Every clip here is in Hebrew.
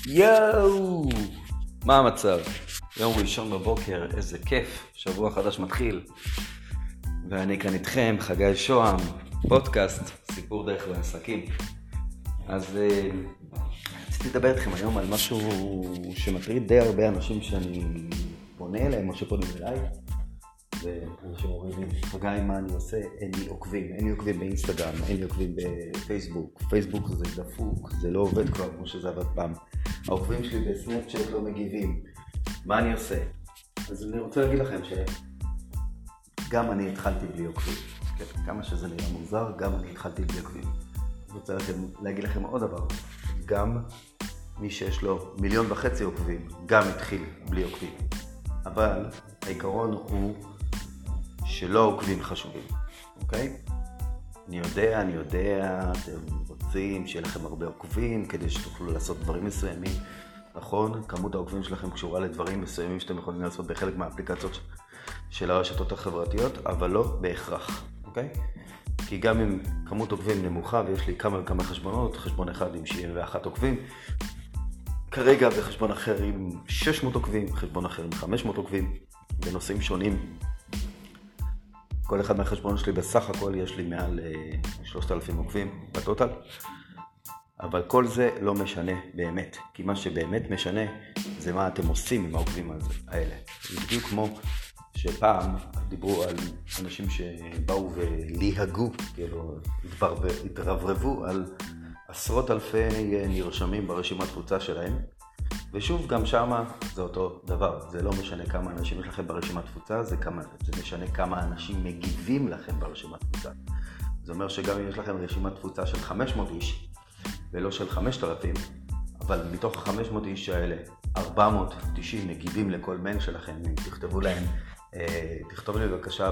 יואו! מה המצב? יום ראשון בבוקר, איזה כיף, שבוע חדש מתחיל. ואני כאן איתכם, חגי שוהם, פודקאסט, סיפור דרך ועסקים. אז רציתי לדבר איתכם היום על משהו שמטריד די הרבה אנשים שאני פונה אליהם או שפונים אליי. ואנשים אומרים, חגי, מה אני עושה? אין לי עוקבים באינסטגרם, אין לי עוקבים בפייסבוק. פייסבוק זה דפוק, זה לא עובד כבר כמו שזה עבד פעם. העוקבים שלי בסנאפצ'אט לא מגיבים. מה אני עושה? אז אני רוצה להגיד לכם שגם אני התחלתי בלי עוקבים. כן, כמה שזה נראה מוזר, גם אני התחלתי בלי עוקבים. אני רוצה להגיד לכם עוד דבר. גם מי שיש לו 1.5 מיליון עוקבים, גם התחיל בלי עוקבים. אבל העיקרון הוא שלא עוקבים חשובים, אוקיי? אני יודע, אתם רוצים שיהיה לכם הרבה עוקבים כדי שתוכלו לעשות דברים מסוימים. נכון, כמות העוקבים שלכם קשורה לדברים מסוימים שאתם יכולים לעשות בחלק מהאפליקציות של הרשתות החברתיות, אבל לא בהכרח, אוקיי? כי גם אם כמות עוקבים נמוכה ויש לי כמה וכמה חשבונות, חשבון אחד עם 71 עוקבים, כרגע בחשבון אחר עם 600 עוקבים, חשבון אחר עם 500 עוקבים, בנושאים שונים. כל אחד מהחשבונות שלי בסך הכל יש לי מעל 3,000 עוקבים בטוטל. אבל כל זה לא משנה באמת, כי מה שבאמת משנה זה מה אתם עושים עם העוקבים האלה. זה בדיוק כמו שפעם דיברו על אנשים שבאו וליהגו, כאילו התרברבו על עשרות אלפי נרשמים ברשימת קבוצה שלהם. ושוב, גם שמה זה אותו דבר. זה לא משנה כמה אנשים יש לכם ברשימת תפוצה, זה משנה כמה אנשים מגיבים לכם ברשימת תפוצה. זה אומר שגם אם יש לכם רשימת תפוצה של 500 איש, ולא של 5,000, אבל מתוך ה-500 איש האלה, 490 מגיבים לכל מייל שלכם. אם תכתבו להם, תכתוב לי בבקשה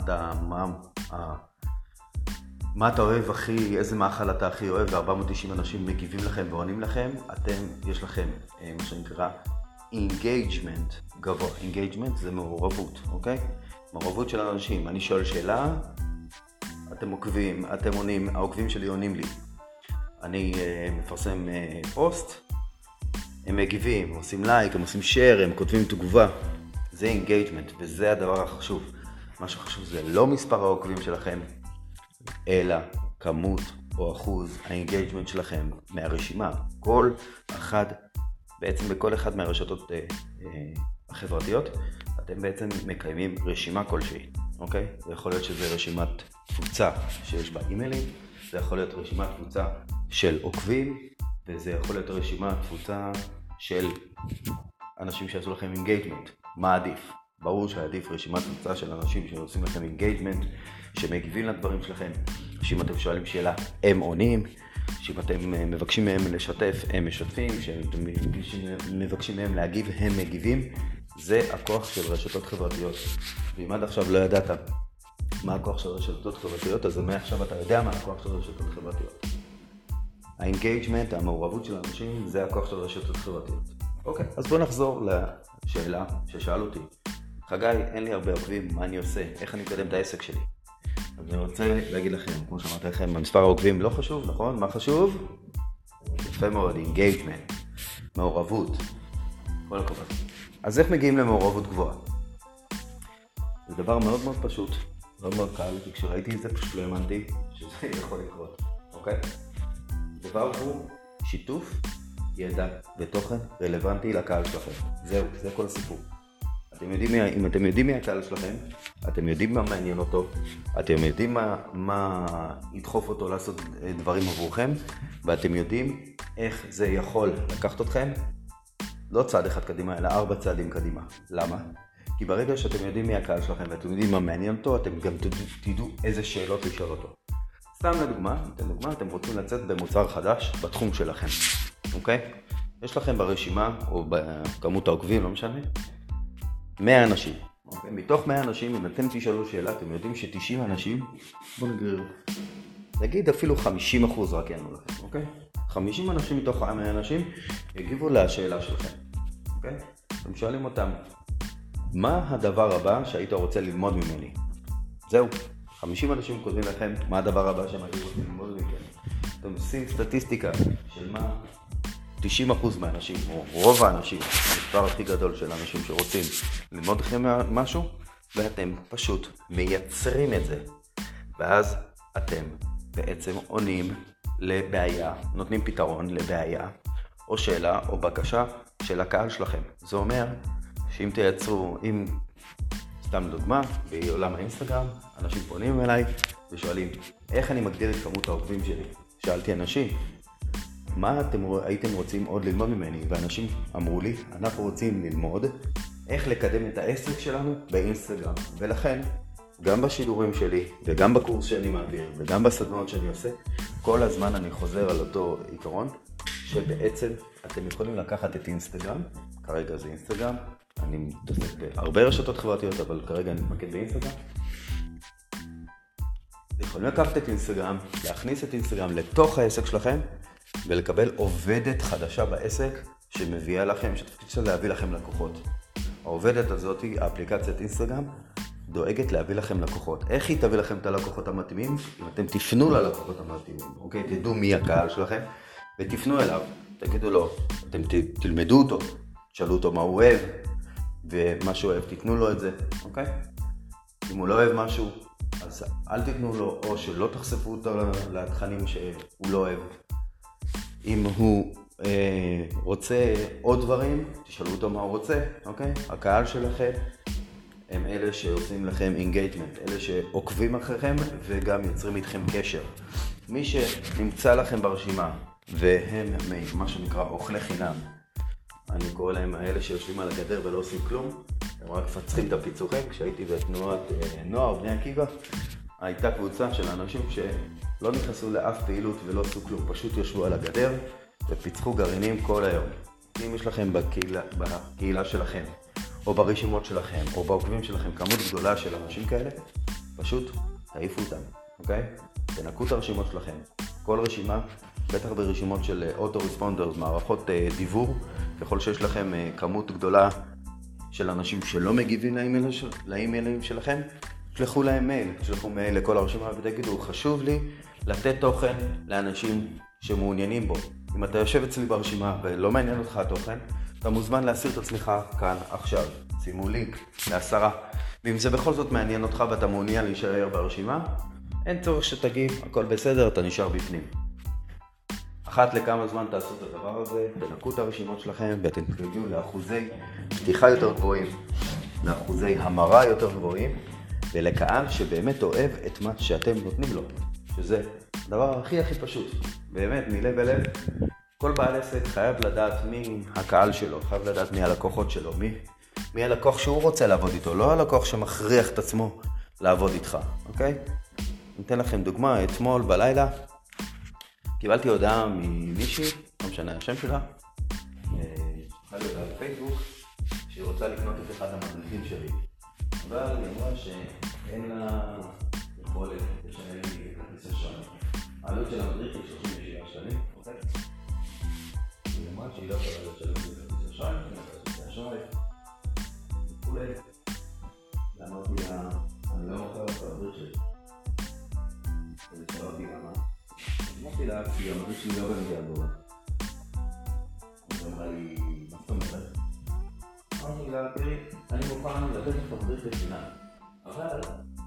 מה אתה אוהב הכי, איזה מאכל אתה הכי אוהב, ו-490 אנשים מגיבים לכם ועונים לכם, יש לכם מה שנקרא engagement גבוה. engagement זה מעורבות, אוקיי? מעורבות של אנשים. אני שואל שאלה, אתם עוקבים, אתם עונים, העוקבים שלי עונים לי. אני מפרסם פוסט, הם מגיבים, הם עושים לייק, הם עושים share, הם כותבים תגובה. זה engagement, וזה הדבר החשוב. מה שחשוב זה לא מספר העוקבים שלכם, אלא כמות או אחוז האינגייג'מנט שלכם מהרשימה. כל אחד, בעצם בכל אחד מהרשתות החברתיות, אתם בעצם מקיימים רשימה כלשהי, אוקיי? זה יכול להיות שזה רשימת תפוצה שיש בה אימיילים, זה יכול להיות רשימת תפוצה של עוקבים, וזה יכול להיות רשימת תפוצה של אנשים שעשו לכם אינגייג'מנט. מה עדיף? ברור שעדיף רשימת תפוצה של אנשים שעושים לכם אינגייג'מנט, שמגיבים לדברים שלכם. שאם אתם שואלים שאלה, הם עונים. שאם אתם מבקשים מהם לשתף, הם משתפים. שאתם מבקשים מהם להגיב, הם מגיבים. זה הכוח של רשתות חברתיות. ואם עד עכשיו לא ידעת מה הכוח של רשתות חברתיות, אז מעכשיו אתה יודע מה הכוח של רשתות חברתיות. האינגייג'מנט, המעורבות של האנשים, זה הכוח של רשתות חברתיות. אוקיי, אז בואו נחזור לשאלה ששאל אותי. חגי, אין לי הרבה עוקבים, מה אני עושה? איך אני מקדם את העסק שלי? אז אני רוצה להגיד לכם, כמו שאמרתי לכם, המספר העוקבים לא חשוב, נכון? מה חשוב? יפה מאוד, engagement, מעורבות, כל הכבוד. אז איך מגיעים למעורבות גבוהה? זה דבר מאוד מאוד פשוט, מאוד מאוד קל, כי כשראיתי את זה פשוט לא האמנתי שזה יכול לקרות, אוקיי? דבר הוא שיתוף ידע ותוכן רלוונטי לקהל שלכם. זהו, זה כל הסיפור. אם אתם יודעים מי הקהל שלכם, אתם יודעים מה מעניין אותו, אתם יודעים מה ידחוף אותו לעשות דברים עבורכם, ואתם יודעים איך זה יכול לקחת אתכם, לא צעד אחד קדימה, אלא 4 צעדים קדימה. למה? כי ברגע שאתם יודעים מי הקהל שלכם ואתם יודעים מה מעניין אותו, אתם גם תדעו איזה שאלות לשאול אותו. סתם לדוגמה, אתם רוצים לצאת במוצר חדש בתחום שלכם, אוקיי? יש לכם ברשימה או בכמות העוקבים, לא משנה, 100 אנשים. אוקיי? מתוך 100 אנשים, אם אתם תשאלו שאלה, אתם יודעים ש90 אנשים, בואו נגיד אפילו 50% רק יענו לכם, אוקיי? 50 אנשים מתוך 100 אנשים יגיבו לשאלה שלכם, אוקיי? אתם שואלים אותם, מה הדבר הבא שהיית רוצה ללמוד ממני? זהו, 50 אנשים כותבים לכם, מה הדבר הבא שהם היו רוצים ללמוד מכם? אתם עושים סטטיסטיקה של מה 90% מהאנשים, או רוב האנשים, המספר הכי גדול של האנשים שרוצים ללמוד לכם משהו, ואתם פשוט מייצרים את זה. ואז אתם בעצם עונים לבעיה, נותנים פתרון לבעיה, או שאלה או בקשה של הקהל שלכם. זה אומר שאם תייצרו, אם סתם דוגמה, בעולם האינסטגרם, אנשים פונים אליי ושואלים, איך אני מגדיל את כמות העוקבים שלי? שאלתי אנשים, מה הייתם רוצים עוד ללמוד ממני? ואנשים אמרו לי, אנחנו רוצים ללמוד איך לקדם את העסק שלנו באינסטגרם. ולכן, גם בשידורים שלי, וגם בקורס שאני מעביר, וגם בסדנאות שאני עושה, כל הזמן אני חוזר על אותו עיקרון, שבעצם אתם יכולים לקחת את אינסטגרם, כרגע זה אינסטגרם, אני מתעסק בהרבה רשתות חברתיות, אבל כרגע אני מתמקד באינסטגרם. יכולים לקחת את אינסטגרם, להכניס את אינסטגרם לתוך העסק שלכם, ולקבל עובדת חדשה בעסק שמביאה לכם, שתפקיד שלה להביא לכם לקוחות. העובדת הזאת, האפליקציית אינסטגרם, דואגת להביא לכם לקוחות. איך היא תביא לכם את הלקוחות המתאימים? אם אתם תפנו ללקוחות המתאימים, אוקיי? תדעו מי הקהל שלכם, ותפנו אליו, תגידו לו, אתם תלמדו אותו, תשאלו אותו מה הוא אוהב, ומה שהוא אוהב, תיתנו לו את זה, אוקיי? אם הוא לא אוהב משהו, אז אל תיתנו לו, או שלא תחשפו אותו לתכנים שהוא לא אוהב. אם הוא רוצה עוד דברים, תשאלו אותו מה הוא רוצה, אוקיי? הקהל שלכם הם אלה שעושים לכם engagement, אלה שעוקבים אחריכם וגם יוצרים איתכם קשר. מי שנמצא לכם ברשימה והם מה שנקרא אוכלי חינם, אני קורא להם האלה שיושבים על הגדר ולא עושים כלום, הם רק פצחים את הפיצוחים. כשהייתי בתנועת נוער בני עקיבא, הייתה קבוצה של אנשים שלא נכנסו לאף פעילות ולא עשו כלום, פשוט יושבו על הגדר ופיצחו גרעינים כל היום. אם יש לכם בקהילה שלכם, או ברשימות שלכם, או בעוקבים שלכם, כמות גדולה של אנשים כאלה, פשוט תעיפו אותם, אוקיי? תנקו את הרשימות שלכם. כל רשימה, בטח ברשימות של אוטו-רספונדרס, מערכות דיבור, ככל שיש לכם כמות גדולה של אנשים שלא מגיבים לאימיילים שלכם, תשלחו להם מייל, תשלחו מייל לכל הרשימה ותגידו, חשוב לי לתת תוכן לאנשים שמעוניינים בו. אם אתה יושב אצלי ברשימה ולא מעניין אותך התוכן, אתה מוזמן להסיר את עצמך כאן עכשיו. שימו לינק ל10. ואם זה בכל זאת מעניין אותך ואתה מעוניין להישאר ברשימה, אין צורך שתגיב, הכל בסדר, אתה נשאר בפנים. אחת לכמה זמן תעשו את הדבר הזה, תנקו את הרשימות שלכם ואתם תגיעו לאחוזי פתיחה יותר גבוהים, לאחוזי המרה יותר גבוהים, ולקהל שבאמת אוהב את מה שאתם נותנים לו, שזה הדבר הכי פשוט, באמת מלב אל לב. כל בעל עסק חייב לדעת מי הקהל שלו, חייב לדעת מי הלקוחות שלו, מי הלקוח שהוא רוצה לעבוד איתו, לא הלקוח שמכריח את עצמו לעבוד איתך, אוקיי? ניתן לכם דוגמה, אתמול בלילה קיבלתי הודעה ממישהי, לא משנה השם שלה, חייבת בפייסבוק, שהיא רוצה לקנות את אחד המדריכים שלי. אבל היא אמרה שאין לה יכולת לשלם לי כרטיס אשראי. העלות של המדריך היא 37 שקלים, אוקיי? היא אמרה שהיא לא יכולה לשלם לי כרטיס אשראי, כרטיס אשראי, וכולי. ואמרתי לה, אני לא מוכר את המדריך שלי. אז היא שאלה אותי למה. אמרתי לה, כי המדריך שלי לא בנגיע גדולה. היא אמרה לי, מה זאת אומרת? אמרתי לה, תראי, אני מוכן לתת את המדריך לחינם, אבל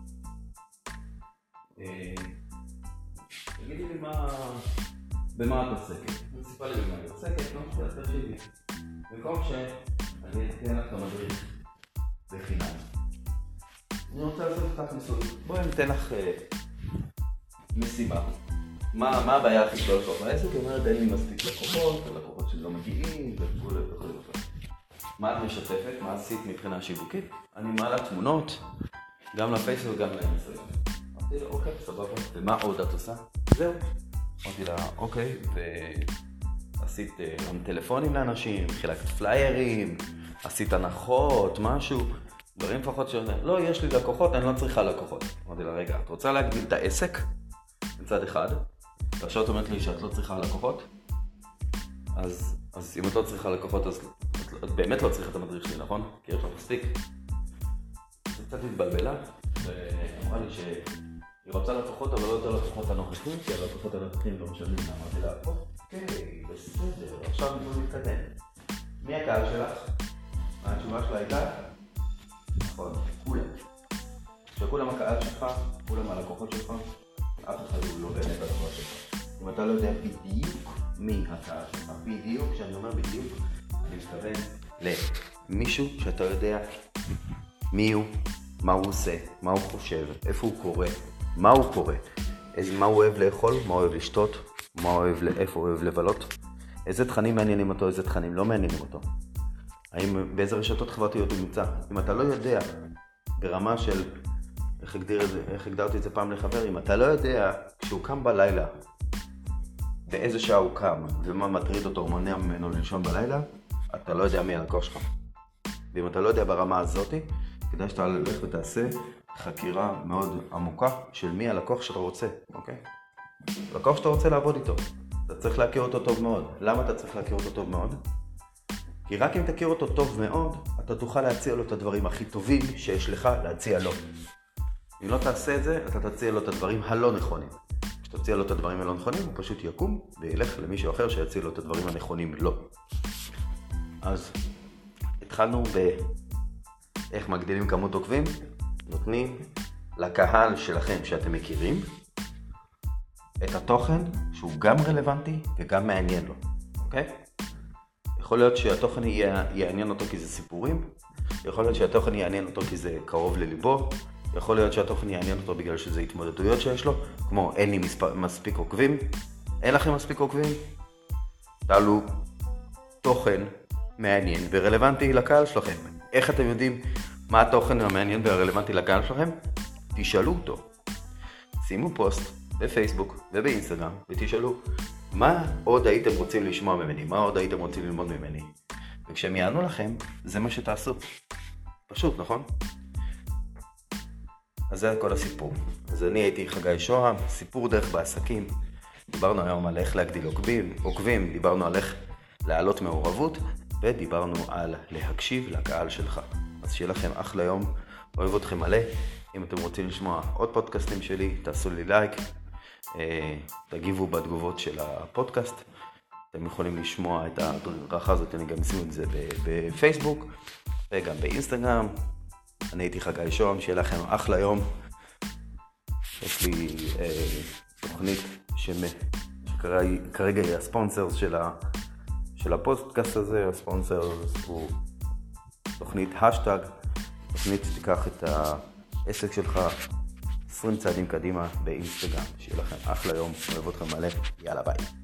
תגידי לי במה את עוסקת. אני סיפה לי במה אני עוסקת, לא משהו יותר שלי. במקום שאני אתן לך את המדריך לחינם, אני רוצה לעשות לך מסוים. בואי אני אתן לך משימה. מה הבעיה הכי גדולה שלך בעסק? היא אומרת, אין לי מספיק לקוחות, הלקוחות שלי לא מגיעים וכו' וכו' וכו'. מה את משתפת? מה עשית מבחינה שיווקית? אני מעלה תמונות, גם לפייסבוק וגם לאינסטגרם. אמרתי לה, אוקיי, סבבה. ומה עוד את עושה? זהו. אמרתי לה, אוקיי, ועשית גם טלפונים לאנשים, חילקת פליירים, עשית הנחות, משהו, דברים לפחות שאומרים, לא, יש לי לקוחות, אני לא צריכה לקוחות. אמרתי לה, רגע, את רוצה להגדיל את העסק? מצד אחד, והשעות אומרת לי שאת לא צריכה לקוחות, אז אם את לא צריכה לקוחות, אז את באמת לא צריכה את המדריך שלי, נכון? כי יש לך מספיק. זה קצת התבלבלה, ואמרה לי שהיא רוצה לקוחות, אבל לא יותר לקוחות הנוכחים, כי הלקוחות הנוכחים לא משלמים. אמרתי לה, אוקיי, בסדר, עכשיו בוא נתקדם. מי הקהל שלך? מה התשובה שלה הייתה? נכון, כולם. שכולם הקהל שלך, כולם הלקוחות שלך, אף אחד הוא לא באמת הלקוח שלך. אם אתה לא יודע בדיוק מי הקהל שלך, בדיוק, כשאני אומר בדיוק, אני מתכוון למישהו שאתה יודע מי הוא, מה הוא עושה, מה הוא חושב, איפה הוא קורא, מה הוא קורא, מה הוא אוהב לאכול, מה הוא אוהב לשתות, מה הוא אוהב, איפה הוא אוהב לבלות, איזה תכנים מעניינים אותו, איזה תכנים לא מעניינים אותו. האם באיזה רשתות חברתיות הוא נמצא. אם אתה לא יודע ברמה של, איך הגדרתי את זה פעם לחבר, אם אתה לא יודע כשהוא קם בלילה, באיזה שעה הוא קם ומה מטריד אותו או מונע ממנו לנשום בלילה, אתה לא יודע מי הלקוח שלך. ואם אתה לא יודע ברמה הזאת, כדאי שאתה הולך ותעשה חקירה מאוד עמוקה של מי הלקוח שאתה רוצה, אוקיי? לקוח שאתה רוצה לעבוד איתו, אתה צריך להכיר אותו טוב מאוד. למה אתה צריך להכיר אותו טוב מאוד? כי רק אם תכיר אותו טוב מאוד, אתה תוכל להציע לו את הדברים הכי טובים שיש לך להציע לו. אם לא תעשה את זה, אתה תציע לו את הדברים הלא נכונים. כשתציע לו את הדברים הלא נכונים, הוא פשוט יקום וילך למישהו אחר שיציע לו את הדברים הנכונים לו. אז התחלנו באיך מגדילים כמות עוקבים, נותנים לקהל שלכם שאתם מכירים את התוכן שהוא גם רלוונטי וגם מעניין לו, אוקיי? יכול להיות שהתוכן יעניין אותו כי זה סיפורים, יכול להיות שהתוכן יעניין אותו כי זה קרוב לליבו, יכול להיות שהתוכן יעניין אותו בגלל שזה התמודדויות שיש לו, כמו אין לי מספיק עוקבים, אין לכם מספיק עוקבים, תעלו תוכן מעניין ורלוונטי לקהל שלכם. איך אתם יודעים מה התוכן המעניין והרלוונטי לקהל שלכם? תשאלו אותו. שימו פוסט בפייסבוק ובאינסטגרם ותשאלו מה עוד הייתם רוצים לשמוע ממני, מה עוד הייתם רוצים ללמוד ממני. וכשהם יענו לכם, זה מה שתעשו. פשוט, נכון? אז זה כל הסיפור. אז אני הייתי חגי שוהם, סיפור דרך בעסקים. דיברנו היום על איך להגדיל עוקבים, דיברנו על איך להעלות מעורבות, ודיברנו על להקשיב לקהל שלך. אז שיהיה לכם אחלה יום, אוהב אתכם מלא. אם אתם רוצים לשמוע עוד פודקאסטים שלי, תעשו לי לייק, תגיבו בתגובות של הפודקאסט. אתם יכולים לשמוע את הדרכה הזאת, אני גם אשים את זה בפייסבוק וגם באינסטגרם. אני הייתי חגי שוהם, שיהיה לכם אחלה יום. יש לי תוכנית שכרגע היא הספונסר של הפודקאסט הזה. הספונסר הוא תוכנית השטג, תוכנית שתיקח את העסק שלך 20 צעדים קדימה באינסטגרם. שיהיה לכם אחלה יום, אוהב אתכם מלא, יאללה ביי.